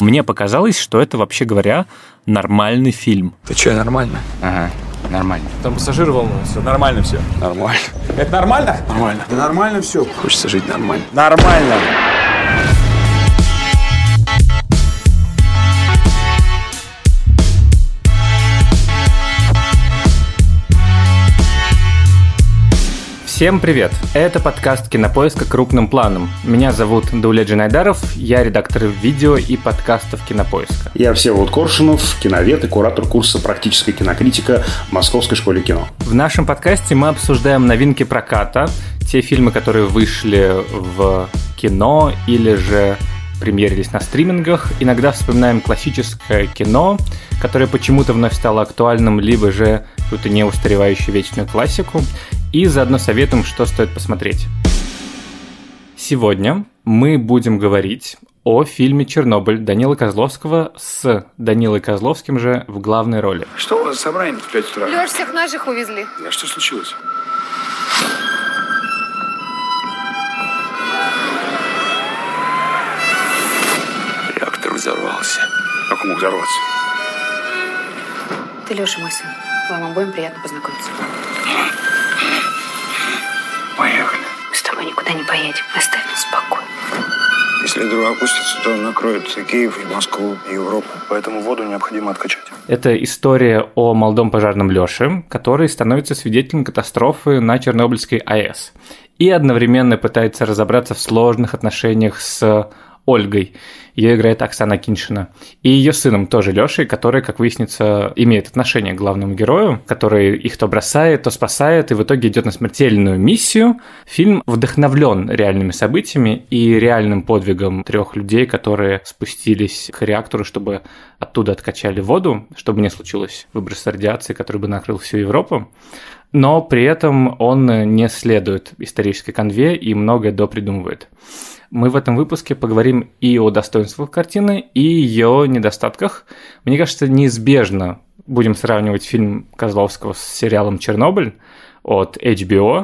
Мне показалось, что это, вообще говоря, нормальный фильм. Ты что, нормально? Ага, нормально. Там пассажиры волнуются. Нормально все. Нормально. Это нормально? Нормально. Да нормально все. Хочется жить нормально. Нормально. Всем привет! Это подкаст «Кинопоиска. Крупным планом». Меня зовут Даулет Джинайдаров, я редактор видео и подкастов «Кинопоиска». Я Всеволод Коршунов, киновед и куратор курса «Практическая кинокритика» в Московской школе кино. В нашем подкасте мы обсуждаем новинки проката, те фильмы, которые вышли в кино или же премьерились на стримингах. Иногда вспоминаем классическое кино, которое почему-то вновь стало актуальным, либо же какую-то неустаревающую вечную классику. И заодно советуем, что стоит посмотреть. Сегодня мы будем говорить о фильме «Чернобыль» Данилы Козловского с Данилой Козловским же в главной роли. Что у вас собрание в 5 утра? Лёш, всех наших увезли. А что случилось? Реактор взорвался. Как он мог взорваться? Ты Лёша, мой сын. Вам обоим приятно познакомиться. Поехали. Мы с тобой никуда не поедем. Оставь нас в покое. Если дрова опустится, то накроет и Киев, и Москву, и Европу. Поэтому воду необходимо откачать. Это история о молодом пожарном Лёше, который становится свидетелем катастрофы на Чернобыльской АЭС и одновременно пытается разобраться в сложных отношениях с Ольгой. Ее играет Оксана Киньшина. И ее сыном тоже Лешей, который, как выяснится, имеет отношение к главному герою, который их то бросает, то спасает, и в итоге идет на смертельную миссию. Фильм вдохновлен реальными событиями и реальным подвигом 3 людей, которые спустились к реактору, чтобы оттуда откачали воду, чтобы не случилось выброса радиации, который бы накрыл всю Европу. Но при этом он не следует исторической канве и многое допридумывает. Мы в этом выпуске поговорим и о достоинствах картины, и ее недостатках. Мне кажется, неизбежно будем сравнивать фильм Козловского с сериалом «Чернобыль» от HBO.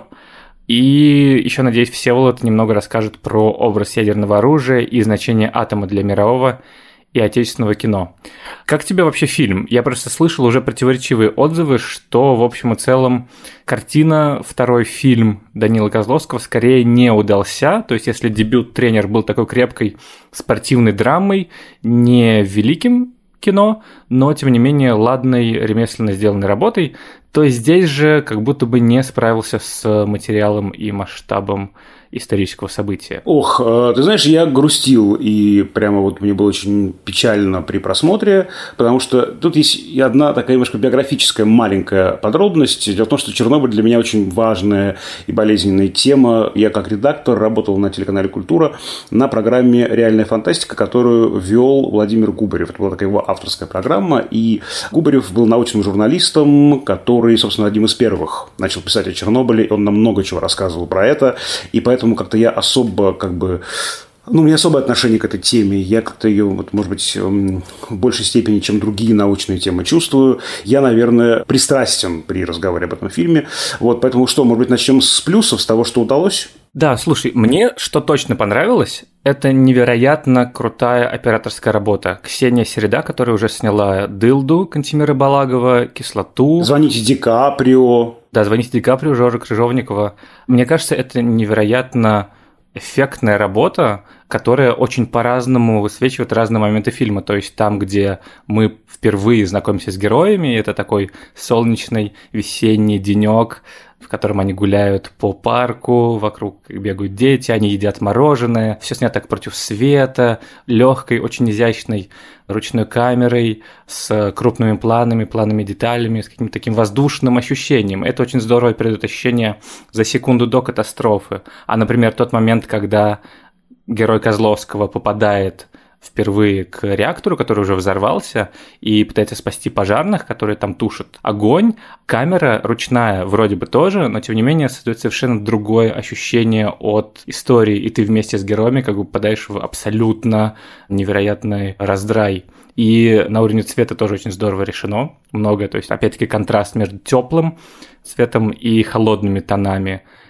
И еще, надеюсь, Всеволод немного расскажет про образ ядерного оружия и значение атома для мирового и отечественного кино. Как тебе вообще фильм? Я просто слышал уже противоречивые отзывы, что в общем и целом картина, второй фильм Данилы Козловского скорее не удался. То есть если дебют «Тренер» был такой крепкой спортивной драмой, не великим кино, но тем не менее ладной ремесленно сделанной работой, то здесь же как будто бы не справился с материалом и масштабом исторического события. Ох, ты знаешь, я грустил, и прямо вот мне было очень печально при просмотре, потому что тут есть и одна такая немножко биографическая маленькая подробность. Дело в том, что Чернобыль для меня очень важная и болезненная тема. Я как редактор работал на телеканале «Культура» на программе «Реальная фантастика», которую вел Владимир Губарев. Это была такая его авторская программа, и Губарев был научным журналистом, который, собственно, одним из первых начал писать о Чернобыле, и он нам много чего рассказывал про это, и поэтому как-то я особо, у меня особое отношение к этой теме. Я как-то ее, может быть, в большей степени, чем другие научные темы чувствую. Я, наверное, пристрастен при разговоре об этом фильме. Поэтому может быть, начнем с плюсов, с того, что удалось? Да, слушай, мне что точно понравилось, это невероятно крутая операторская работа. Ксения Середа, которая уже сняла «Дылду» Кантемира Балагова, «Кислоту». «Звоните Ди Каприо». Да, «Звоните Ди Каприо» Жоржа Крыжовникова. Мне кажется, это невероятно эффектная работа, которая очень по-разному высвечивает разные моменты фильма. То есть там, где мы впервые знакомимся с героями, это такой солнечный весенний денек, в котором они гуляют по парку, вокруг бегают дети, они едят мороженое, все снято против света, легкой, очень изящной ручной камерой, с крупными планами деталями, с каким-то таким воздушным ощущением. Это очень здорово передает ощущение за секунду до катастрофы. А, например, тот момент, когда герой Козловского попадает впервые к реактору, который уже взорвался, и пытается спасти пожарных, которые там тушат огонь. Камера ручная вроде бы тоже, но тем не менее создает совершенно другое ощущение от истории, и ты вместе с героями как бы попадаешь в абсолютно невероятный раздрай. И на уровне цвета тоже очень здорово решено. Много, то есть, опять-таки, контраст между теплым цветом и холодными тонами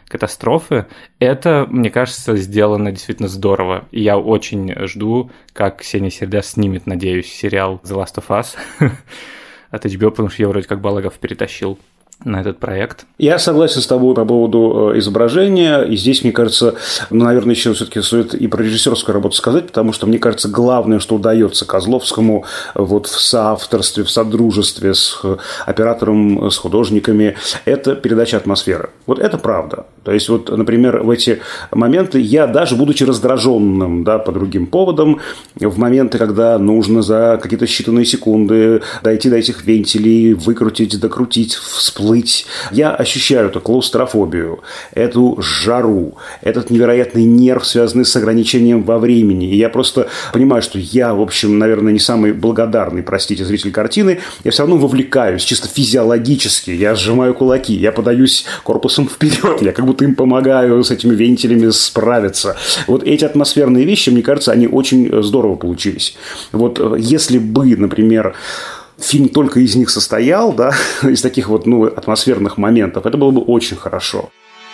катастрофы. Это, мне кажется, сделано действительно здорово. И я очень жду, как Ксения Середа снимет, надеюсь, сериал The Last of Us от HBO, потому что я вроде как Балагов перетащил на этот проект. Я согласен с тобой по поводу изображения, и здесь, мне кажется, наверное, еще все-таки стоит и про режиссерскую работу сказать, потому что, мне кажется, главное, что удается Козловскому вот в соавторстве, в содружестве с оператором, с художниками, это передача атмосферы. Вот это правда. То есть, вот, например, в эти моменты я, даже будучи раздраженным, да, по другим поводам, в моменты, когда нужно за какие-то считанные секунды дойти до этих вентилей, выкрутить, докрутить, всплыть, я ощущаю эту клаустрофобию, эту жару, этот невероятный нерв, связанный с ограничением во времени. И я просто понимаю, что я, в общем, наверное, не самый благодарный, простите, зритель картины. Я все равно вовлекаюсь чисто физиологически. Я сжимаю кулаки, я подаюсь корпусом вперед, я как будто им помогаю с этими вентилями справиться. Вот эти атмосферные вещи, мне кажется, они очень здорово получились. Вот если бы, например, фильм только из них состоял, да, из таких вот, атмосферных моментов, это было бы очень хорошо.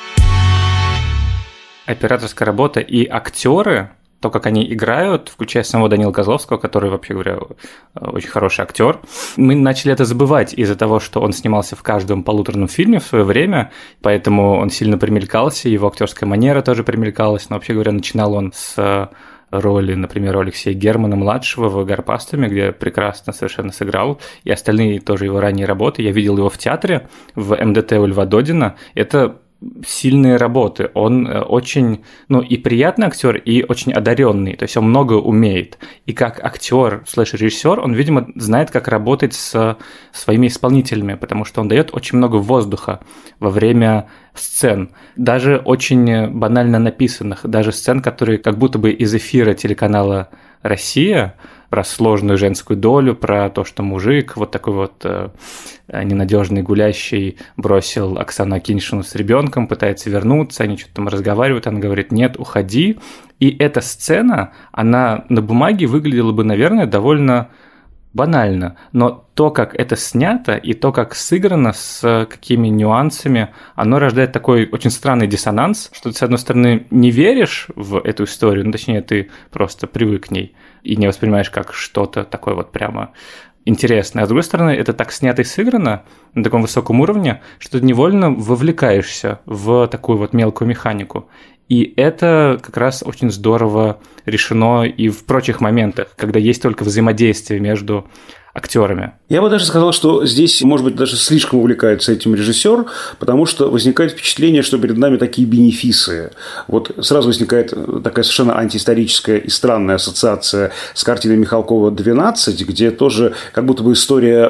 Операторская работа и актеры, то, как они играют, включая самого Данила Козловского, который, вообще говоря, очень хороший актер, мы начали это забывать из-за того, что он снимался в каждом полуторном фильме в свое время, поэтому он сильно примелькался, его актерская манера тоже примелькалась, но, вообще говоря, начинал он с роли, например, Алексея Германа-младшего в «Гарпастуме», где прекрасно совершенно сыграл, и остальные тоже его ранние работы. Я видел его в театре, в МДТ у Льва Додина. Это сильные работы. Он очень, и приятный актер, и очень одаренный. То есть он много умеет. И как актер /режиссер, он, видимо, знает, как работать с своими исполнителями, потому что он дает очень много воздуха во время сцен, даже очень банально написанных, даже сцен, которые как будто бы из эфира телеканала «Россия», про сложную женскую долю, про то, что мужик вот такой вот ненадежный гулящий бросил Оксану Акиньшину с ребенком, пытается вернуться, они что-то там разговаривают, она говорит: нет, уходи. И эта сцена, она на бумаге выглядела бы, наверное, довольно банально, но то, как это снято, и то, как сыграно, с какими нюансами, оно рождает такой очень странный диссонанс, что ты, с одной стороны, не веришь в эту историю, точнее, ты просто привык к ней и не воспринимаешь как что-то такое вот прямо интересное. А с другой стороны, это так снято и сыграно на таком высоком уровне, что ты невольно вовлекаешься в такую вот мелкую механику. И это как раз очень здорово решено и в прочих моментах, когда есть только взаимодействие между актерами. Я бы даже сказал, что здесь, может быть, даже слишком увлекается этим режиссер, потому что возникает впечатление, что перед нами такие бенефисы. Вот сразу возникает такая совершенно антиисторическая и странная ассоциация с картиной Михалкова «12», где тоже как будто бы история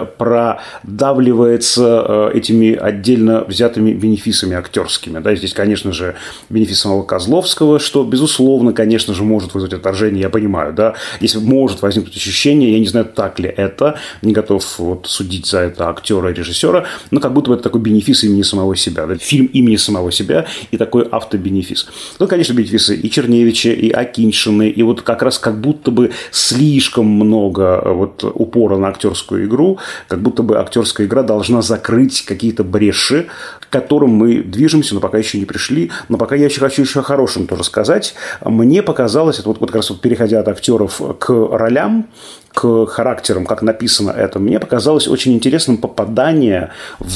продавливается этими отдельно взятыми бенефисами актерскими. Да, здесь, конечно же, бенефис самого Козловского, что, безусловно, конечно же, может вызвать отторжение, я понимаю, да, если может возникнуть ощущение, я не знаю, так ли это, не готов судить за это актера и режиссера, но как будто бы это такой бенефис имени самого себя. Да? Фильм имени самого себя и такой автобенефис. Ну, конечно, бенефисы и Черневича, и Акиньшины, и вот как раз как будто бы слишком много упора на актерскую игру, как будто бы актерская игра должна закрыть какие-то бреши, к которым мы движемся, но пока еще не пришли. Но пока я хочу еще о хорошем тоже сказать. Мне показалось, это как раз переходя от актеров к ролям, к характерам, как написано это, мне показалось очень интересным попадание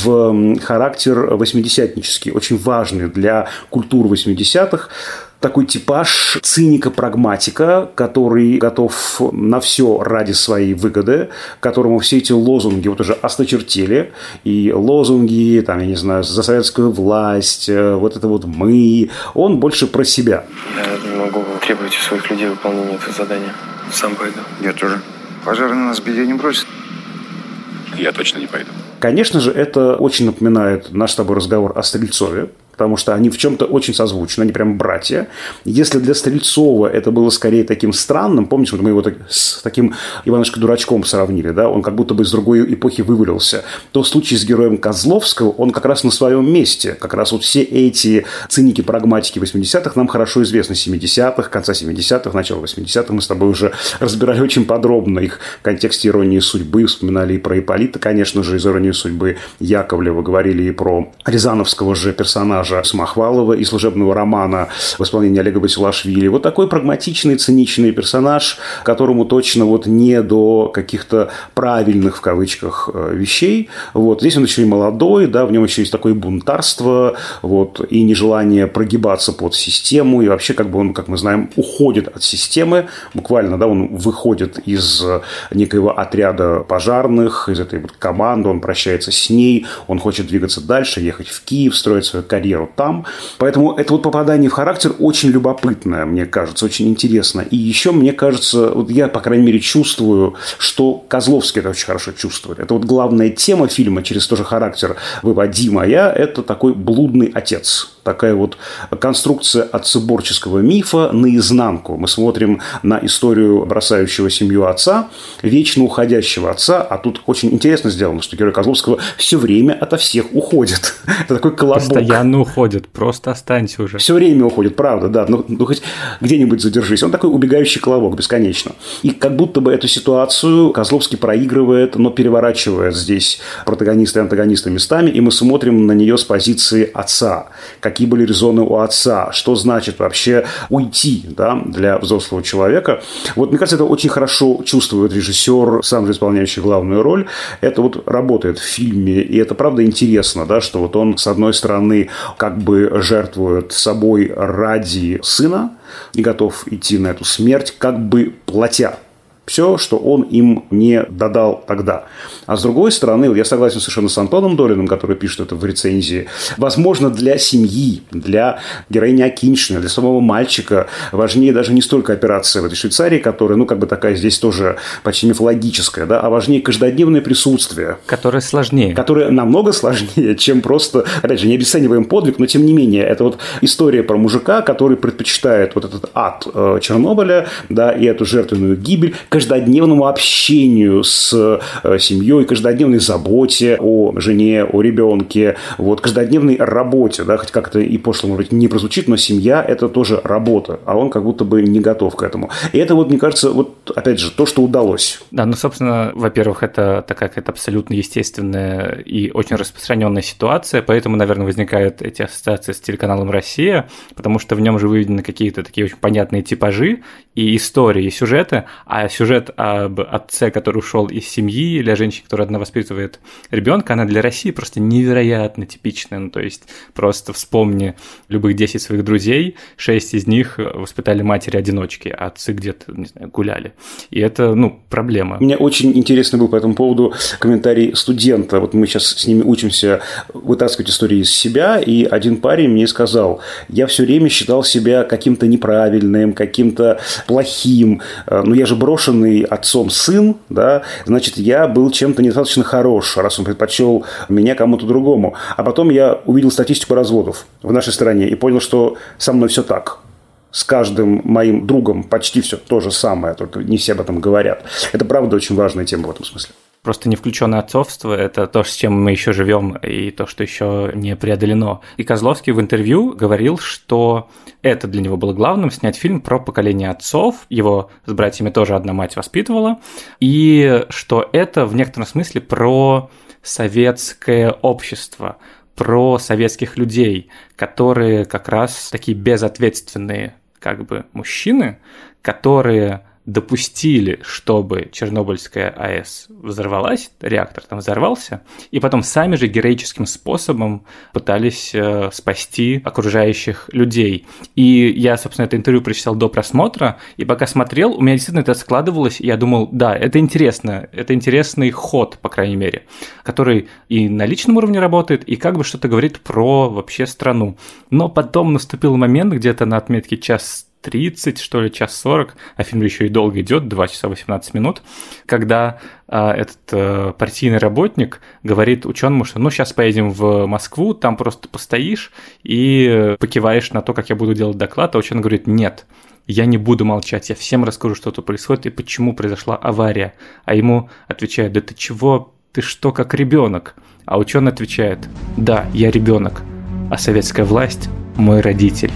в характер восьмидесятнический, очень важный для культуры 80-х. Такой типаж циника-прагматика, который готов на все ради своей выгоды, которому все эти лозунги уже осточертели. И лозунги, я не знаю, за советскую власть, мы, он больше про себя. Я не могу требовать у своих людей выполнения этого задания. Сам пойду. Я тоже. Пожарный нас в беде не бросит. Я точно не пойду. Конечно же, это очень напоминает наш с тобой разговор о Стрельцове, потому что они в чем-то очень созвучны, они прям братья. Если для Стрельцова это было скорее таким странным, помнишь, мы его с таким Иванушкой-дурачком сравнили, да, он как будто бы из другой эпохи вывалился, то в случае с героем Козловского он как раз на своем месте. Как раз все эти циники-прагматики 80-х нам хорошо известны, 70-х, конца 70-х, начала 80-х. Мы с тобой уже разбирали очень подробно их в контексте «Иронии судьбы», вспоминали и про Ипполита, конечно же, из «Иронии судьбы» Яковлева, говорили и про рязановского же персонажа персонажа Самохвалова и служебного романа в исполнении Олега Басилашвили. Вот такой прагматичный, циничный персонаж, которому точно вот не до каких-то правильных, в кавычках, вещей. Вот. Здесь он еще и молодой, да, в нем еще есть такое бунтарство, вот, и нежелание прогибаться под систему, и вообще, как бы он, как мы знаем, уходит от системы, буквально, да, он выходит из некоего отряда пожарных, из этой вот команды, он прощается с ней, он хочет двигаться дальше, ехать в Киев, строить свою карьеру там. Поэтому это вот попадание в характер очень любопытное, мне кажется, очень интересно. И еще, мне кажется, вот я, по крайней мере, чувствую, что Козловский это очень хорошо чувствует. Это вот главная тема фильма через тоже характер выводимая, это такой блудный отец. Такая вот конструкция отцеборческого мифа наизнанку. Мы смотрим на историю бросающего семью отца, вечно уходящего отца, а тут очень интересно сделано, что герой Козловского все время ото всех уходит. Это такой колобок. Постоянно уходит, просто останься уже. Все время уходит, правда, да, ну хоть где-нибудь задержись. Он такой убегающий колобок бесконечно. И как будто бы эту ситуацию Козловский проигрывает, но переворачивает здесь протагониста и антагониста местами, и мы смотрим на нее с позиции отца. Какие были резоны у отца, что значит вообще уйти, да, для взрослого человека. Вот, мне кажется, это очень хорошо чувствует режиссер, сам же исполняющий главную роль. Это вот работает в фильме, и это правда интересно, да, что вот он, с одной стороны, как бы жертвует собой ради сына и готов идти на эту смерть, как бы платя все, что он им не додал тогда. А с другой стороны, вот я согласен совершенно с Антоном Долиным, который пишет это в рецензии, возможно, для семьи, для героини Акиньшиной, для самого мальчика важнее даже не столько операция в этой Швейцарии, которая, ну, как бы такая здесь тоже почти мифологическая, да, а важнее каждодневное присутствие. Которое сложнее. Которое намного сложнее, чем просто, опять же, не обесцениваем подвиг, но тем не менее, это вот история про мужика, который предпочитает вот этот ад Чернобыля, да, и эту жертвенную гибель каждодневному общению с семьей, каждодневной заботе о жене, о ребенке, вот, каждодневной работе, да, хоть как-то и пошло, может быть, не прозвучит, но семья – это тоже работа, а он как будто бы не готов к этому. И это вот, мне кажется, вот, опять же, то, что удалось. Да, ну, собственно, во-первых, это такая какая-то абсолютно естественная и очень распространенная ситуация, поэтому, наверное, возникают эти ассоциации с телеканалом «Россия», потому что в нем же выведены какие-то такие очень понятные типажи и истории, и сюжеты, а сюжет об отце, который ушел из семьи, для женщины, которая одна воспитывает ребенка, она для России просто невероятно типичная. Ну, то есть просто вспомни любых 10 своих друзей, 6 из них воспитали матери-одиночки, а отцы где-то, не знаю, гуляли. И это, ну, проблема. Мне очень интересный был по этому поводу комментарий студента. Вот мы сейчас с ними учимся вытаскивать истории из себя, и один парень мне сказал: я все время считал себя каким-то неправильным, каким-то плохим, но я же брошенный отцом сын, да, значит, я был чем-то недостаточно хорош, раз он предпочел меня кому-то другому. А потом я увидел статистику разводов в нашей стране и понял, что со мной все так. С каждым моим другом почти все то же самое, только не все об этом говорят. Это, правда, очень важная тема в этом смысле. Просто невключенное отцовство – это то, с чем мы еще живем, и то, что еще не преодолено. И Козловский в интервью говорил, что это для него было главным – снять фильм про поколение отцов. Его с братьями тоже одна мать воспитывала. И что это в некотором смысле про советское общество, про советских людей, которые как раз такие безответственные как бы мужчины, которые допустили, чтобы Чернобыльская АЭС взорвалась, реактор там взорвался, и потом сами же героическим способом пытались спасти окружающих людей. И я, собственно, это интервью прочитал до просмотра, и пока смотрел, у меня действительно это складывалось, и я думал, да, это интересно, это интересный ход, по крайней мере, который и на личном уровне работает, и как бы что-то говорит про вообще страну. Но потом наступил момент, где-то на отметке час 30, что ли, час 40, а фильм еще и долго идет, 2 часа 18 минут, когда этот партийный работник говорит ученому, что ну сейчас поедем в Москву, там просто постоишь и покиваешь на то, как я буду делать доклад, а ученый говорит: нет, я не буду молчать, я всем расскажу, что тут происходит и почему произошла авария. А ему отвечают: да ты чего, ты что, как ребенок? А ученый отвечает: да, я ребенок, а советская власть мой родитель.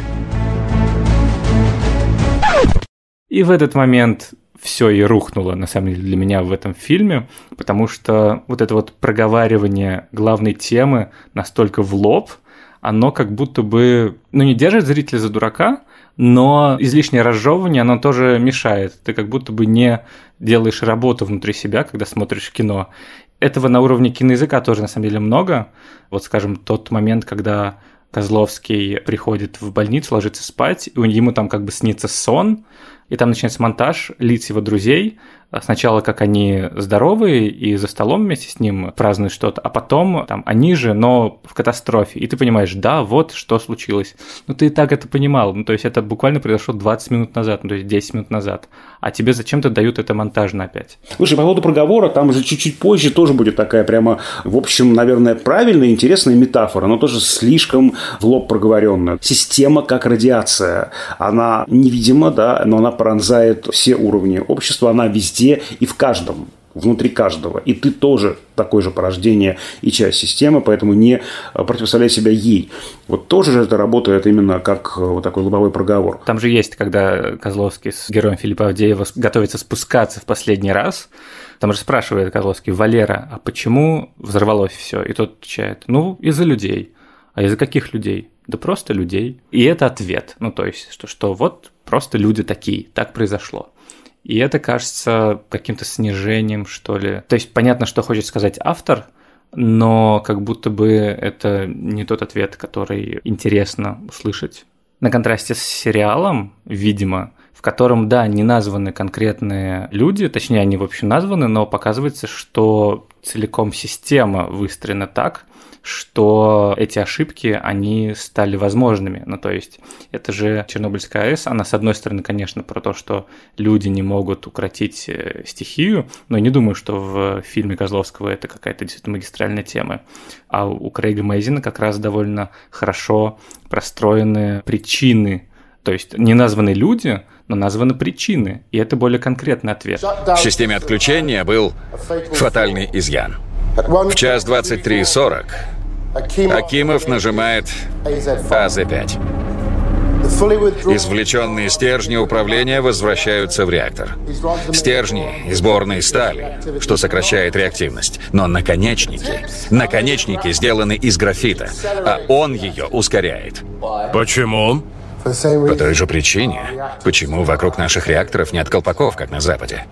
И в этот момент все и рухнуло, на самом деле, для меня в этом фильме, потому что вот это вот проговаривание главной темы настолько в лоб, оно как будто бы, не держит зрителя за дурака, но излишнее разжевывание, оно тоже мешает. Ты как будто бы не делаешь работу внутри себя, когда смотришь кино. Этого на уровне киноязыка тоже, на самом деле, много. Вот, скажем, тот момент, когда Козловский приходит в больницу, ложится спать, и ему там как бы снится сон, и там начинается монтаж лиц его друзей. Сначала как они здоровые и за столом вместе с ним празднуют что-то, а потом там они же, но в катастрофе. И ты понимаешь, да, вот что случилось. Ты и так это понимал. То есть это буквально произошло 20 минут назад, то есть 10 минут назад. А тебе зачем-то дают это монтажно опять. Слушай, по поводу проговора, там же чуть-чуть позже тоже будет такая прямо, в общем, наверное, правильная, интересная метафора, но тоже слишком в лоб проговоренная. Система как радиация. Она невидима, да, но она пронзает все уровни общества, она везде и в каждом, внутри каждого. И ты тоже такое же порождение и часть системы, поэтому не противоставляй себя ей. Вот тоже же это работает именно как вот такой лобовой проговор. Там же есть, когда Козловский с героем Филиппа Авдеева готовится спускаться в последний раз, там же спрашивает Козловский: Валера, а почему взорвалось все? И тот отвечает: из-за людей. А из-за каких людей? Да просто людей. И это ответ. То есть, что вот просто люди такие, так произошло. И это кажется каким-то снижением, что ли. То есть понятно, что хочет сказать автор, но как будто бы это не тот ответ, который интересно услышать. На контрасте с сериалом, видимо, в котором, да, не названы конкретные люди, точнее, они, в общем, названы, но показывается, что целиком система выстроена так, что эти ошибки, они стали возможными. То есть это же Чернобыльская АЭС, она, с одной стороны, конечно, про то, что люди не могут укротить стихию, но я не думаю, что в фильме Козловского это какая-то действительно магистральная тема. А у Крейга Мейзина как раз довольно хорошо простроены причины. То есть не названы люди, но названы причины, и это более конкретный ответ. В системе отключения был фатальный изъян. В час 23:40 Акимов нажимает АЗ-5. Извлеченные стержни управления возвращаются в реактор. Стержни из сборной стали, что сокращает реактивность. Но наконечники сделаны из графита, а он ее ускоряет. Почему? По той же причине, почему вокруг наших реакторов нет колпаков, как на Западе.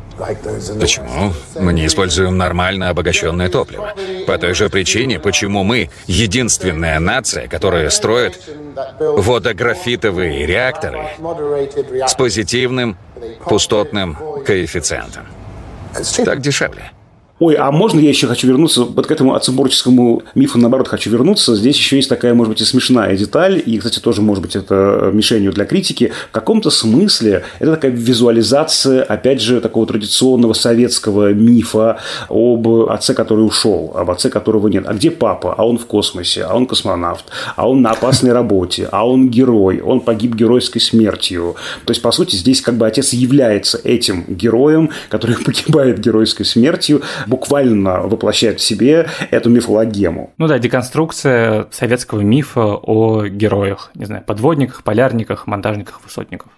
Почему мы не используем нормально обогащенное топливо? По той же причине, почему мы единственная нация, которая строит водографитовые реакторы с позитивным пустотным коэффициентом. Так дешевле. Ой, а можно я еще хочу вернуться вот к этому ацеборческому мифу, наоборот, хочу вернуться. Здесь еще есть такая, может быть, и смешная деталь, и, кстати, тоже, может быть, это мишенью для критики. В каком-то смысле это такая визуализация, опять же, такого традиционного советского мифа об отце, который ушел, об отце, которого нет. А где папа? А он в космосе, а он космонавт, а он на опасной работе, а он герой, он погиб геройской смертью. То есть, по сути, здесь как бы отец является этим героем, который погибает геройской смертью, буквально воплощает в себе эту мифологему. Деконструкция советского мифа о героях, не знаю, подводниках, полярниках, монтажниках, высотниках.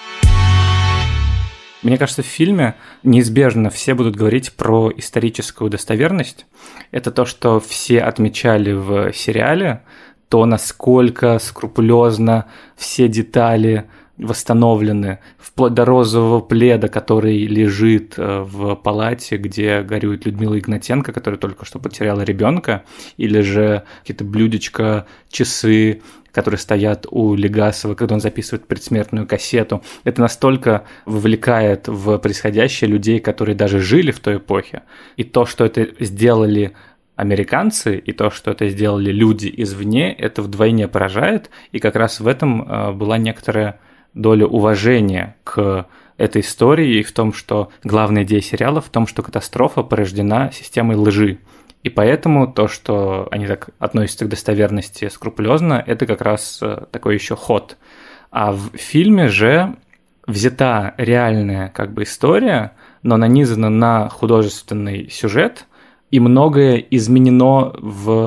Мне кажется, в фильме неизбежно все будут говорить про историческую достоверность. Это то, что все отмечали в сериале, то, насколько скрупулезно все детали восстановлены, вплоть до розового пледа, который лежит в палате, где горюет Людмила Игнатенко, которая только что потеряла ребенка, или же какие-то блюдечка, часы, которые стоят у Легасова, когда он записывает предсмертную кассету. Это настолько вовлекает в происходящее людей, которые даже жили в той эпохе. И то, что это сделали американцы, и то, что это сделали люди извне, это вдвойне поражает. И как раз в этом была некоторая доля уважения к этой истории и в том, что главная идея сериала в том, что катастрофа порождена системой лжи. И поэтому то, что они так относятся к достоверности скрупулезно, это как раз такой еще ход. А в фильме же взята реальная как бы история, но нанизана на художественный сюжет, и многое изменено в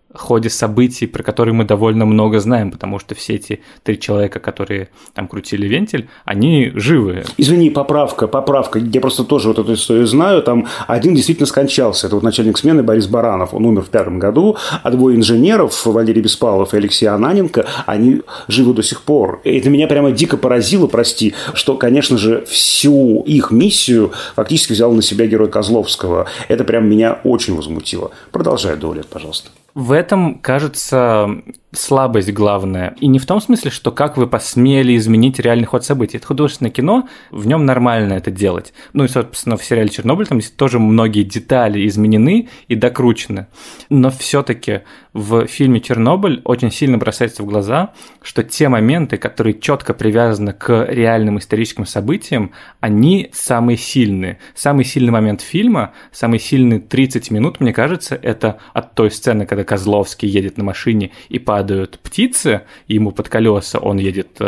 ходе событий, про которые мы довольно много знаем, потому что все эти 3 человека, которые там крутили вентиль, они живы. Извини, поправка. Я просто тоже вот эту историю знаю. Там один действительно скончался. Это вот начальник смены Борис Баранов. Он умер в 2005 году. А 2 инженеров, Валерий Беспалов и Алексей Ананенко, они живы до сих пор. И это меня прямо дико поразило, прости, что, конечно же, всю их миссию фактически взял на себя герой Козловского. Это прям меня очень возмутило. Продолжай, Даулет, пожалуйста. В этом, кажется, слабость главная. И не в том смысле, что как вы посмели изменить реальный ход событий. Это художественное кино, в нем нормально это делать. Ну и, собственно, в сериале «Чернобыль» там тоже многие детали изменены и докручены. Но все-таки в фильме «Чернобыль» очень сильно бросается в глаза, что те моменты, которые четко привязаны к реальным историческим событиям, они самые сильные. Самый сильный момент фильма, самые сильные 30 минут, мне кажется, это от той сцены, когда Козловский едет на машине и падают птицы, ему под колеса, он едет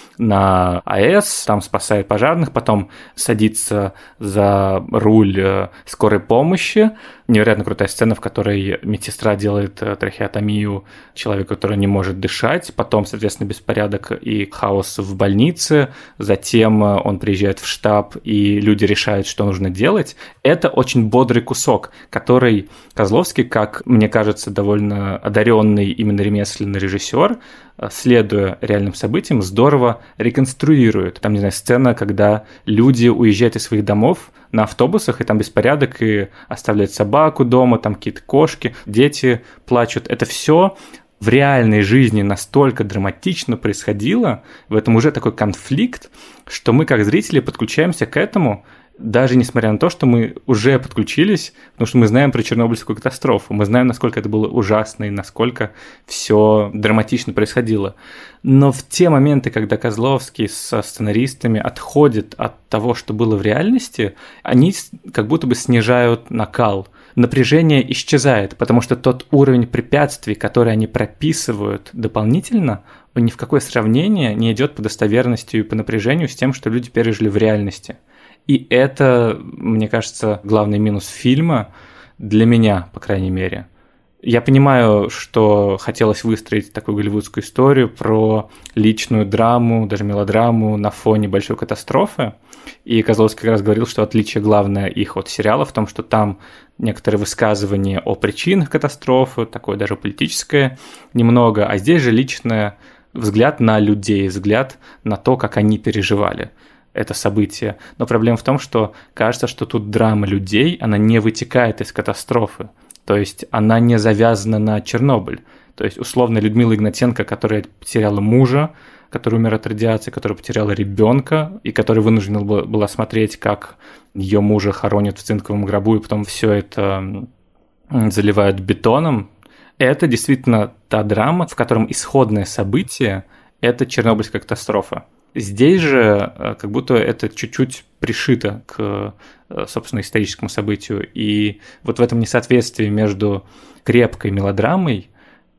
на АЭС, там спасает пожарных, потом садится за руль скорой помощи. Невероятно крутая сцена, в которой медсестра делает трахеотомию человеку, который не может дышать, потом, соответственно, беспорядок и хаос в больнице, затем он приезжает в штаб, и люди решают, что нужно делать. Это очень бодрый кусок, который Козловский, как мне кажется, довольно одаренный именно ремесленный режиссер, следуя реальным событиям, здорово реконструирует. Там, не знаю, сцена, когда люди уезжают из своих домов на автобусах, и там беспорядок, и оставляют собаку дома, там какие-то кошки, дети плачут. Это все в реальной жизни настолько драматично происходило, в этом уже такой конфликт, что мы, как зрители, подключаемся к этому, даже несмотря на то, что мы уже подключились, потому что мы знаем про Чернобыльскую катастрофу, мы знаем, насколько это было ужасно и насколько все драматично происходило. Но в те моменты, когда Козловский со сценаристами отходит от того, что было в реальности, они как будто бы снижают накал. Напряжение исчезает, потому что тот уровень препятствий, который они прописывают дополнительно, он ни в какое сравнение не идет по достоверности и по напряжению с тем, что люди пережили в реальности. И это, мне кажется, главный минус фильма для меня, по крайней мере. Я понимаю, что хотелось выстроить такую голливудскую историю про личную драму, даже мелодраму на фоне большой катастрофы. И Козловский как раз говорил, что отличие главное их от сериала в том, что там некоторые высказывания о причинах катастрофы, такое даже политическое немного, а здесь же личный взгляд на людей, взгляд на то, как они переживали это событие. Но проблема в том, что кажется, что тут драма людей, она не вытекает из катастрофы. То есть она не завязана на Чернобыль. То есть, условно, Людмила Игнатенко, которая потеряла мужа, которая умер от радиации, которая потеряла ребенка, и которая вынуждена была смотреть, как ее мужа хоронят в цинковом гробу, и потом все это заливают бетоном. Это действительно та драма, в котором исходное событие – это Чернобыльская катастрофа. Здесь же как будто это чуть-чуть пришито к, собственно, историческому событию. И вот в этом несоответствии между крепкой мелодрамой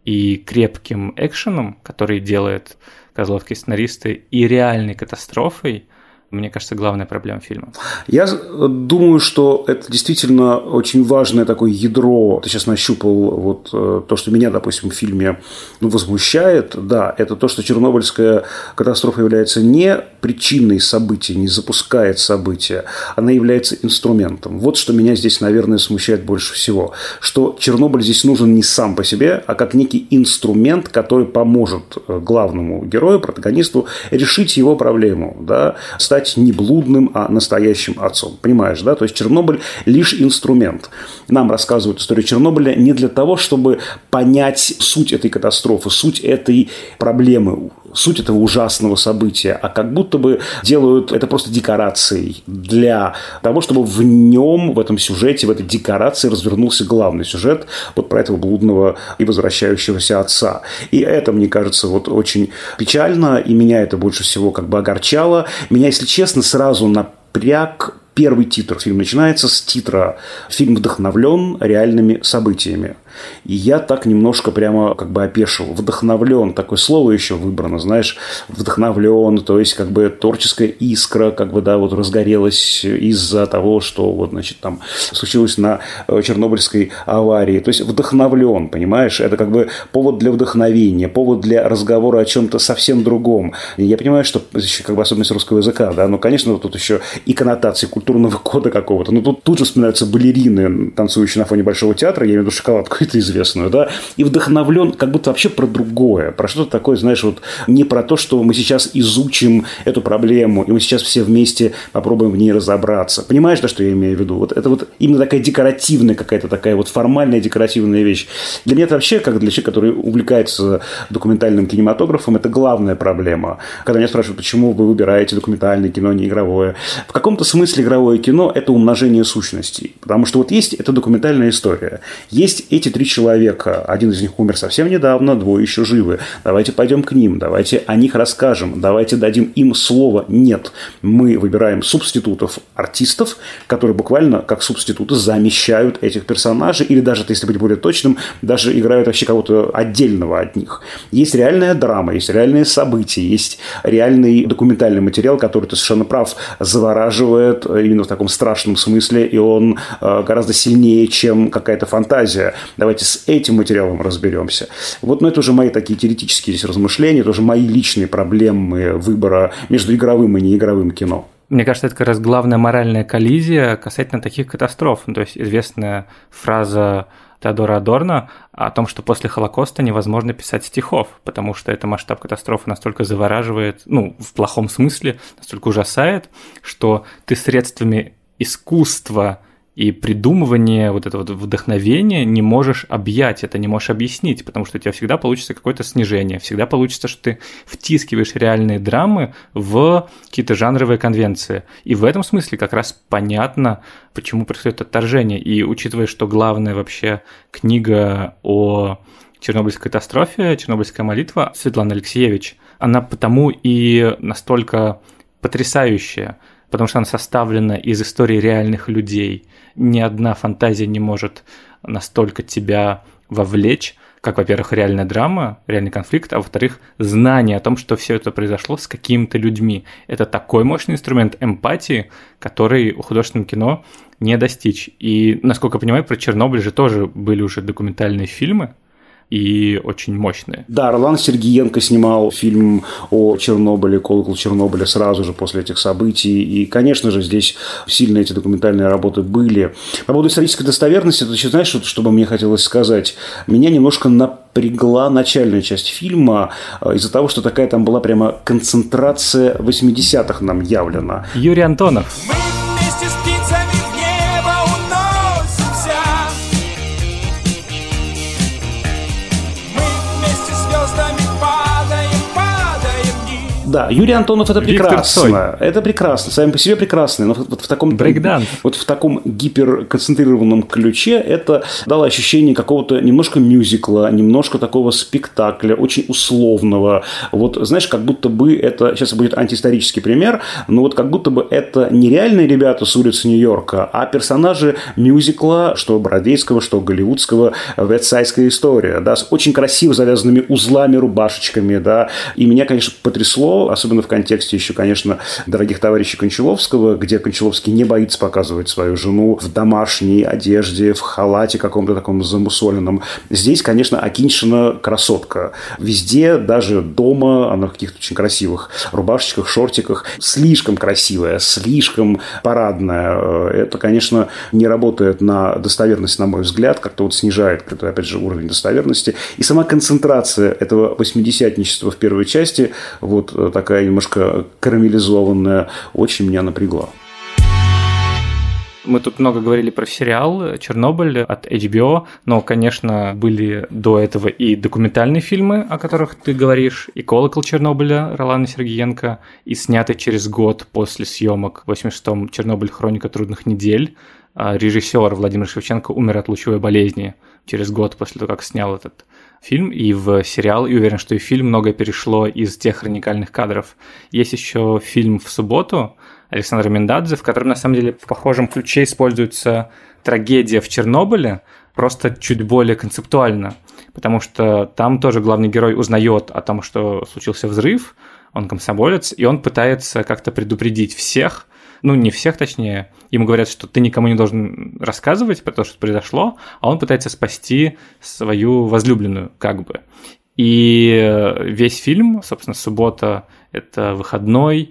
и крепким экшеном, который делает Козловский сценаристы, и реальной катастрофой, мне кажется, главная проблема фильма. Я думаю, что это действительно очень важное такое ядро. Ты сейчас нащупал вот то, что меня, допустим, в фильме возмущает. Да, это то, что Чернобыльская катастрофа является не причиной события, не запускает события. Она является инструментом. Вот что меня здесь, наверное, смущает больше всего. Что Чернобыль здесь нужен не сам по себе, а как некий инструмент, который поможет главному герою, протагонисту, решить его проблему. Да? Стать не блудным, а настоящим отцом. Понимаешь, да? То есть Чернобыль лишь инструмент. Нам рассказывают историю Чернобыля не для того, чтобы понять суть этой катастрофы, суть этой проблемы, суть этого ужасного события, а как будто бы делают это просто декорацией для того, чтобы в нем, в этом сюжете, в этой декорации развернулся главный сюжет вот про этого блудного и возвращающегося отца. И это, мне кажется, вот очень печально, и меня это больше всего как бы огорчало. Меня, если честно, сразу первый титр. Фильм начинается с титра. Фильм вдохновлен реальными событиями. И я так немножко прямо как бы опешил. Вдохновлен, такое слово еще выбрано, знаешь, вдохновлен, то есть как бы творческая искра, как бы, да, вот разгорелась из-за того, что вот, значит, там случилось на Чернобыльской аварии. То есть вдохновлен, понимаешь, это как бы повод для вдохновения, повод для разговора о чем-то совсем другом. И я понимаю, что еще как бы особенность русского языка, да, но, конечно, вот тут еще и коннотации культурного кода какого-то. Ну, тут же вспоминаются балерины, танцующие на фоне Большого театра, я имею в виду шоколадку эту известную, да, и вдохновлен как будто вообще про другое, про что-то такое, знаешь, вот не про то, что мы сейчас изучим эту проблему, и мы сейчас все вместе попробуем в ней разобраться. Понимаешь, да, что я имею в виду? Вот это вот именно такая декоративная какая-то такая вот формальная декоративная вещь. Для меня это вообще, как для человека, который увлекается документальным кинематографом, это главная проблема. Когда меня спрашивают, почему вы выбираете документальное кино, не игровое. В каком-то смысле игровое кино – это умножение сущностей. Потому что вот есть эта документальная история. Есть эти 3 человека. Один из них умер совсем недавно, 2 еще живы. Давайте пойдем к ним, давайте о них расскажем, давайте дадим им слово. Нет. Мы выбираем субститутов артистов, которые буквально как субституты замещают этих персонажей, или даже, если быть более точным, даже играют вообще кого-то отдельного от них. Есть реальная драма, есть реальные события, есть реальный документальный материал, который, ты совершенно прав, завораживает именно в таком страшном смысле, и он гораздо сильнее, чем какая-то фантазия. Давайте с этим материалом разберемся. Вот, но это уже мои такие теоретические здесь размышления, это уже мои личные проблемы выбора между игровым и неигровым кино. Мне кажется, это как раз главная моральная коллизия касательно таких катастроф. То есть известная фраза Теодора Адорно о том, что после Холокоста невозможно писать стихов, потому что это масштаб катастрофы настолько завораживает, в плохом смысле, настолько ужасает, что ты средствами искусства и придумывания вот этого вдохновения не можешь объять это, не можешь объяснить, потому что у тебя всегда получится какое-то снижение, всегда получится, что ты втискиваешь реальные драмы в какие-то жанровые конвенции. И в этом смысле как раз понятно, почему происходит отторжение. И учитывая, что главная вообще книга о Чернобыльской катастрофе, «Чернобыльская молитва» Светланы Алексеевич, она потому и настолько потрясающая, потому что она составлена из историй реальных людей. Ни одна фантазия не может настолько тебя вовлечь, как, во-первых, реальная драма, реальный конфликт, а во-вторых, знание о том, что все это произошло с какими-то людьми. Это такой мощный инструмент эмпатии, который у художественного кино не достичь. И, насколько я понимаю, про Чернобыль же тоже были уже документальные фильмы, и очень мощные. Да, Ролан Сергиенко снимал фильм о Чернобыле, «Колокол Чернобыля» сразу же после этих событий. И, конечно же, здесь сильно эти документальные работы были. По поводу исторической достоверности, ты еще знаешь, что бы мне хотелось сказать? Меня немножко напрягла начальная часть фильма из-за того, что такая там была прямо концентрация 80-х нам явлена. Юрий Антонов. Мы вместе с птицами в небо уносимся. Да, Юрий Антонов – это прекрасно. Это прекрасно, сами по себе прекрасно. Но вот в таком брейкданс. Вот в таком гиперконцентрированном ключе это дало ощущение какого-то немножко мюзикла, немножко такого спектакля, очень условного. Вот, знаешь, как будто бы это, сейчас будет антиисторический пример, но вот как будто бы это не реальные ребята с улицы Нью-Йорка, а персонажи мюзикла, что бродвейского, что голливудского, вестсайдская история, да, с очень красиво завязанными узлами, рубашечками, да. И меня, конечно, потрясло, особенно в контексте еще, конечно, дорогих товарищей Кончаловского, где Кончаловский не боится показывать свою жену в домашней одежде, в халате каком-то таком замусоленном. Здесь, конечно, Акиньшина красотка. Везде, даже дома, она в каких-то очень красивых рубашечках, шортиках. Слишком красивая, слишком парадная. Это, конечно, не работает на достоверность, на мой взгляд, как-то вот снижает, опять же, уровень достоверности. И сама концентрация этого восьмидесятничества в первой части, вот такая немножко карамелизованная, очень меня напрягла. Мы тут много говорили про сериал «Чернобыль» от HBO, но, конечно, были до этого и документальные фильмы, о которых ты говоришь, и «Колокол Чернобыля» Ролана Сергиенко, и снятый через год после съемок в 86-м «Чернобыль. Хроника трудных недель». Режиссер Владимир Шевченко умер от лучевой болезни через год после того, как снял этот фильм, и в сериал, и уверен, что и в фильм многое перешло из тех хроникальных кадров. Есть еще фильм «В субботу» Александра Миндадзе, в котором, на самом деле, в похожем ключе используется трагедия в Чернобыле, просто чуть более концептуально, потому что там тоже главный герой узнает о том, что случился взрыв, он комсомолец, и он пытается как-то предупредить всех, ну, не всех, точнее, ему говорят, что ты никому не должен рассказывать про то, что произошло, а он пытается спасти свою возлюбленную, как бы. И весь фильм, собственно, суббота – это выходной,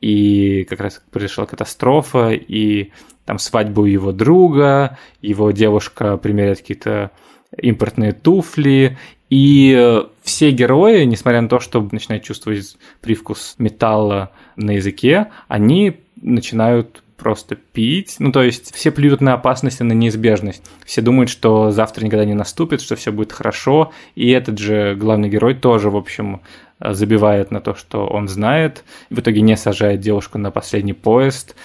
и как раз произошла катастрофа, и там свадьба у его друга, его девушка примеряет какие-то импортные туфли, и все герои, несмотря на то, что начинают чувствовать привкус металла на языке, они начинают просто пить. Ну, то есть все плюют на опасность и на неизбежность. Все думают, что завтра никогда не наступит, что все будет хорошо. И этот же главный герой тоже, в общем, забивает на то, что он знает. В итоге не сажает девушку на последний поезд.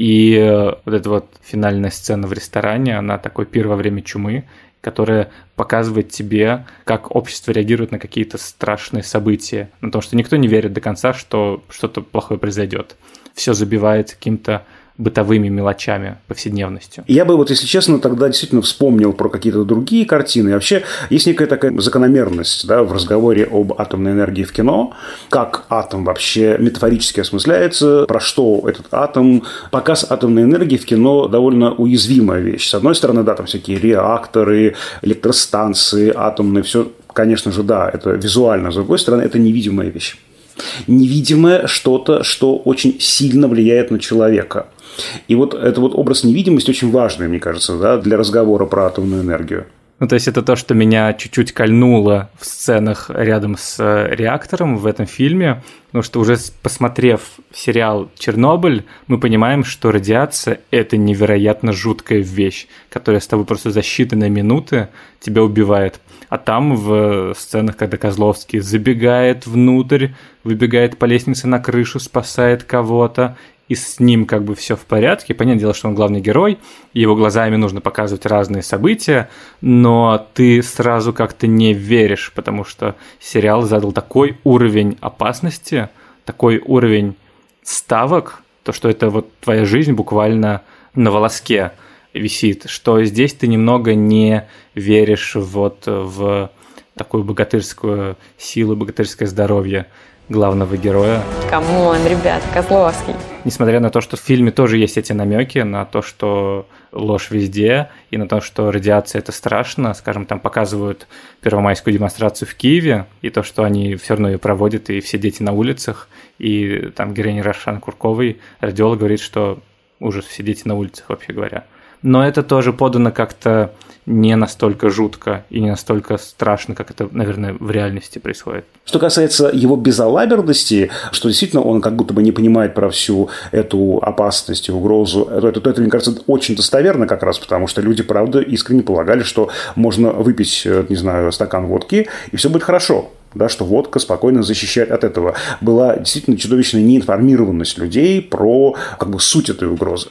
И вот эта вот финальная сцена в ресторане, она такой пир во время чумы, которая показывает тебе, как общество реагирует на какие-то страшные события. На то, что никто не верит до конца, что что-то плохое произойдет. Все забивается каким-то бытовыми мелочами, повседневностью. Я бы, вот, если честно, тогда действительно вспомнил про какие-то другие картины. И вообще, есть некая такая закономерность, да, в разговоре об атомной энергии в кино, как атом вообще метафорически осмысляется, про что этот атом. Показ атомной энергии в кино довольно уязвимая вещь. С одной стороны, да, там всякие реакторы, электростанции атомные, все, конечно же, да, это визуально. С другой стороны, это невидимая вещь. Невидимое что-то, что очень сильно влияет на человека. И вот этот вот образ невидимости очень важный, мне кажется, да, для разговора про атомную энергию. Ну, то есть это то, что меня чуть-чуть кольнуло в сценах рядом с реактором в этом фильме, потому что уже посмотрев сериал «Чернобыль», мы понимаем, что радиация – это невероятно жуткая вещь, которая с тобой просто за считанные минуты тебя убивает. А там в сценах, когда Козловский забегает внутрь, выбегает по лестнице на крышу, спасает кого-то, и с ним как бы все в порядке. Понятное дело, что он главный герой, и его глазами нужно показывать разные события, но ты сразу как-то не веришь, потому что сериал задал такой уровень опасности, такой уровень ставок, то, что это вот твоя жизнь буквально на волоске висит, что здесь ты немного не веришь вот в такую богатырскую силу, богатырское здоровье главного героя. Камон, ребят, Козловский. Несмотря на то, что в фильме тоже есть эти намеки на то, что ложь везде, и на то, что радиация – это страшно. Скажем, там показывают первомайскую демонстрацию в Киеве, и то, что они все равно ее проводят, и все дети на улицах, и там героиня Рошан Курковой, радиолог, говорит, что ужас, все дети на улицах, вообще говоря. Но это тоже подано как-то не настолько жутко и не настолько страшно, как это, наверное, в реальности происходит. Что касается его безалаберности, что действительно он как будто бы не понимает про всю эту опасность и угрозу, это, мне кажется, очень достоверно как раз, потому что люди, правда, искренне полагали, что можно выпить, не знаю, стакан водки, и все будет хорошо. Да, что водка спокойно защищает от этого. Была действительно чудовищная неинформированность людей про как бы суть этой угрозы.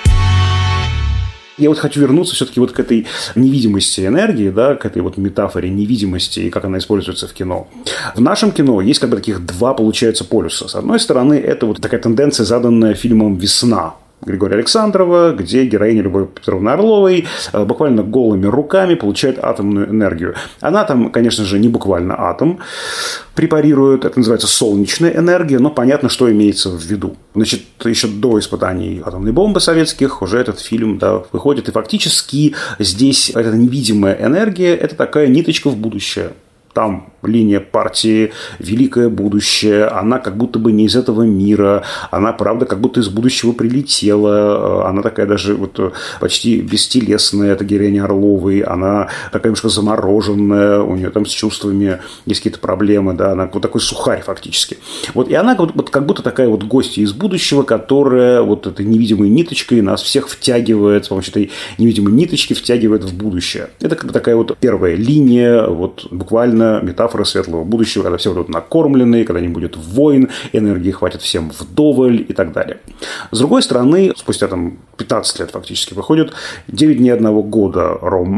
Я вот хочу вернуться все-таки вот к этой невидимости энергии, да, к этой вот метафоре невидимости и как она используется в кино. В нашем кино есть как бы таких два, получается, полюса. С одной стороны, это вот такая тенденция, заданная фильмом «Весна» Григория Александрова, где героиня Любовь Петровны Орловой буквально голыми руками получает атомную энергию. Она там, конечно же, не буквально атом препарирует, это называется солнечная энергия, но понятно, что имеется в виду. Значит, еще до испытаний атомной бомбы советских уже этот фильм, да, выходит, и фактически здесь эта невидимая энергия – это такая ниточка в будущее. Там линия партии «Великое будущее», она как будто бы не из этого мира, она, правда, как будто из будущего прилетела, она такая даже вот почти бестелесная, это героиня Орловой, она такая немножко замороженная, у нее там с чувствами есть какие-то проблемы, да, она вот такой сухарь фактически. Вот, и она вот как будто такая вот гостья из будущего, которая вот этой невидимой ниточкой нас всех втягивает, с помощью этой невидимой ниточки втягивает в будущее. Это как бы такая вот первая линия, вот буквально метафора светлого будущего, когда все будут накормлены, когда не будет войн, энергии хватит всем вдоволь и так далее. С другой стороны, спустя там 15 лет фактически выходит «9 дней одного года» Ромма,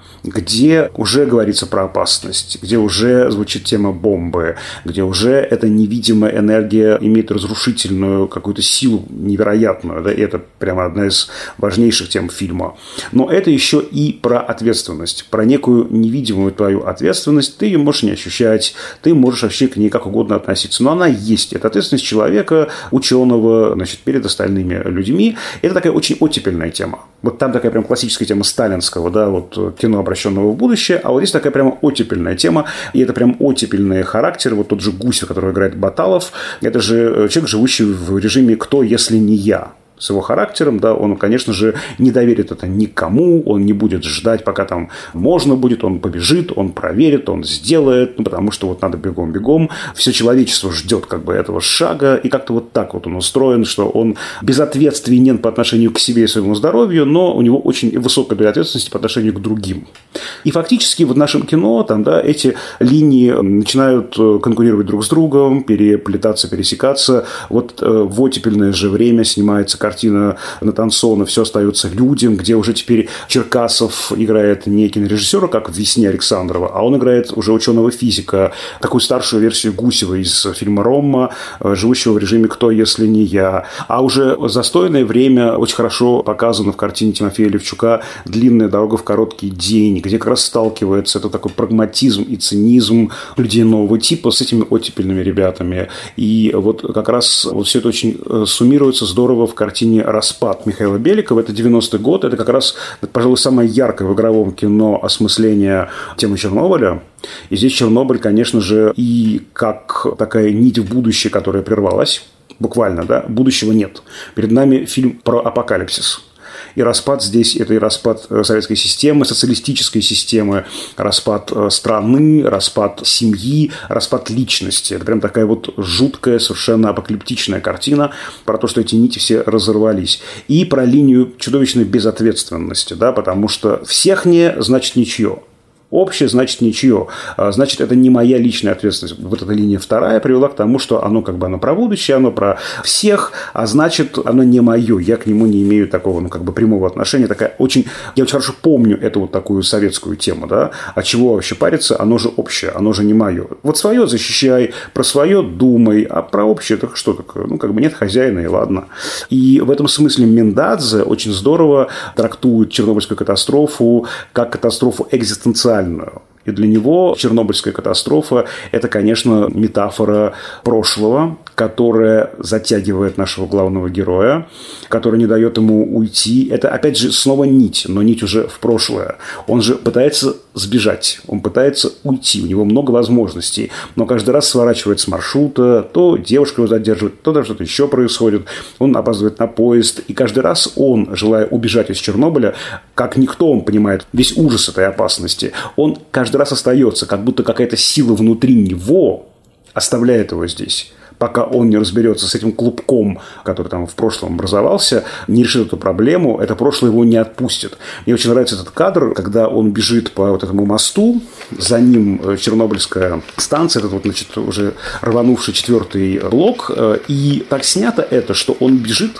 где уже говорится про опасность, где уже звучит тема бомбы, где уже эта невидимая энергия имеет разрушительную какую-то силу невероятную, да, и это прямо одна из важнейших тем фильма. Но это еще и про ответственность, про некую невидимую твою ответственность. Ты ее можешь не ощущать, ты можешь вообще к ней как угодно относиться, но она есть. Это ответственность человека, ученого, значит, перед остальными людьми. Это такая очень оттепельная тема. Вот там такая прям классическая тема сталинского, да, вот кино, обращенного в будущее, а вот здесь такая прямо оттепельная тема, и это прям оттепельный характер. Вот тот же Гусев, которого играет Баталов, это же человек, живущий в режиме «кто, если не я». С его характером, да, он, конечно же, не доверит это никому, он не будет ждать, пока там можно будет, он побежит, он проверит, он сделает, ну, потому что вот надо бегом-бегом. Все человечество ждет как бы этого шага, и как-то вот так вот он устроен, что он безответственен по отношению к себе и своему здоровью, но у него очень высокая доля ответственности по отношению к другим. И фактически в нашем кино там, да, эти линии начинают конкурировать друг с другом, переплетаться, пересекаться. Вот в оттепельное же время снимается картина Натансона «Все остается людям», где уже теперь Черкасов играет не кинорежиссера, как в «Весне» Александрова, а он играет уже ученого-физика, такую старшую версию Гусева из фильма «Ромма», живущего в режиме «Кто, если не я». А уже застойное время очень хорошо показано в картине Тимофея Левчука «Длинная дорога в короткий день», где как раз сталкивается это такой прагматизм и цинизм людей нового типа с этими оттепельными ребятами. И вот как раз вот все это очень суммируется здорово в картине «Распад» Михаила Беликова. Это 90-й год. Это как раз, пожалуй, самое яркое в игровом кино осмысление темы Чернобыля. И здесь Чернобыль, конечно же, и как такая нить в будущее, которая прервалась. Буквально, да, будущего нет. Перед нами фильм про апокалипсис. И распад здесь – это и распад советской системы, социалистической системы, распад страны, распад семьи, распад личности. Это прям такая вот жуткая, совершенно апокалиптичная картина про то, что эти нити все разорвались. И про линию чудовищной безответственности, да, потому что всех не значит ничье. Общее значит ничье. Значит, это не моя личная ответственность. Вот эта линия вторая привела к тому, что оно как бы оно про будущее, оно про всех, а значит, оно не мое. Я к нему не имею такого, ну, как бы прямого отношения. Такая очень... Я очень хорошо помню эту вот такую советскую тему, да. А чего вообще париться? Оно же общее, оно же не мое. Вот свое защищай, про свое думай, а про общее так что такое? Ну, как бы нет хозяина, и ладно. И в этом смысле Мендадзе очень здорово трактует Чернобыльскую катастрофу как катастрофу экзистенциальную. И для него Чернобыльская катастрофа – это, конечно, метафора прошлого, которая затягивает нашего главного героя, которая не дает ему уйти. Это, опять же, снова нить, но нить уже в прошлое. Он же пытается сбежать, он пытается уйти, у него много возможностей, но каждый раз сворачивает с маршрута, то девушка его задерживает, то даже что-то еще происходит, он опаздывает на поезд, и каждый раз он, желая убежать из Чернобыля, как никто, он понимает весь ужас этой опасности, он каждый раз остается, как будто какая-то сила внутри него оставляет его здесь. Пока он не разберется с этим клубком, который там в прошлом образовался, не решит эту проблему, это прошлое его не отпустит. Мне очень нравится этот кадр, когда он бежит по вот этому мосту, за ним Чернобыльская станция, этот вот, значит, уже рванувший 4-й блок, и так снято это, что он бежит,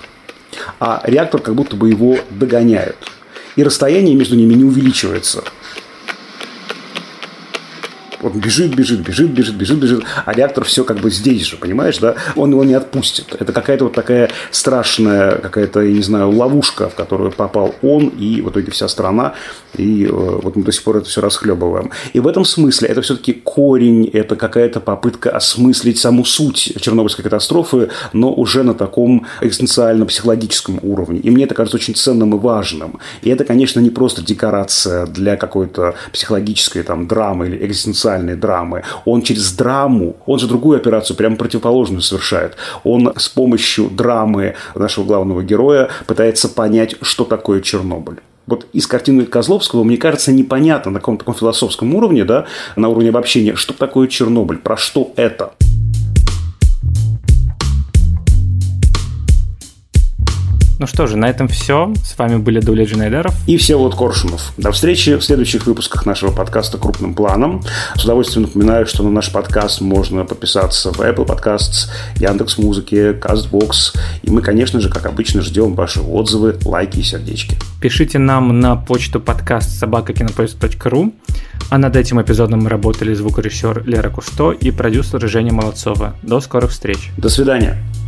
а реактор как будто бы его догоняет. И расстояние между ними не увеличивается. Он бежит, а реактор все как бы здесь же, понимаешь, да? Он его не отпустит. Это какая-то вот такая страшная, какая-то, я не знаю, ловушка, в которую попал он и в итоге вся страна. И вот мы до сих пор это все расхлебываем. И в этом смысле это все-таки корень, это какая-то попытка осмыслить саму суть Чернобыльской катастрофы, но уже на таком экзистенциально-психологическом уровне. И мне это кажется очень ценным и важным. И это, конечно, не просто декорация для какой-то психологической там драмы или экзистенциальной драмы. Он через драму, он же другую операцию, прямо противоположную совершает. Он с помощью драмы нашего главного героя пытается понять, что такое Чернобыль. Вот из картины Козловского, мне кажется, непонятно на каком-то таком философском уровне, да, на уровне обобщения, что такое Чернобыль, про что это. Ну что же, на этом все. С вами были Давлет Джанайдаров и Всеволод Коршунов. До встречи в следующих выпусках нашего подкаста «Крупным планом». С удовольствием напоминаю, что на наш подкаст можно подписаться в Apple Podcasts, Яндекс.Музыке, Castbox. И мы, конечно же, как обычно, ждем ваши отзывы, лайки и сердечки. Пишите нам на почту подкаст@кинопоиск.ру. А над этим эпизодом работали звукорежиссер Лера Кусто и продюсер Женя Молодцова. До скорых встреч. До свидания.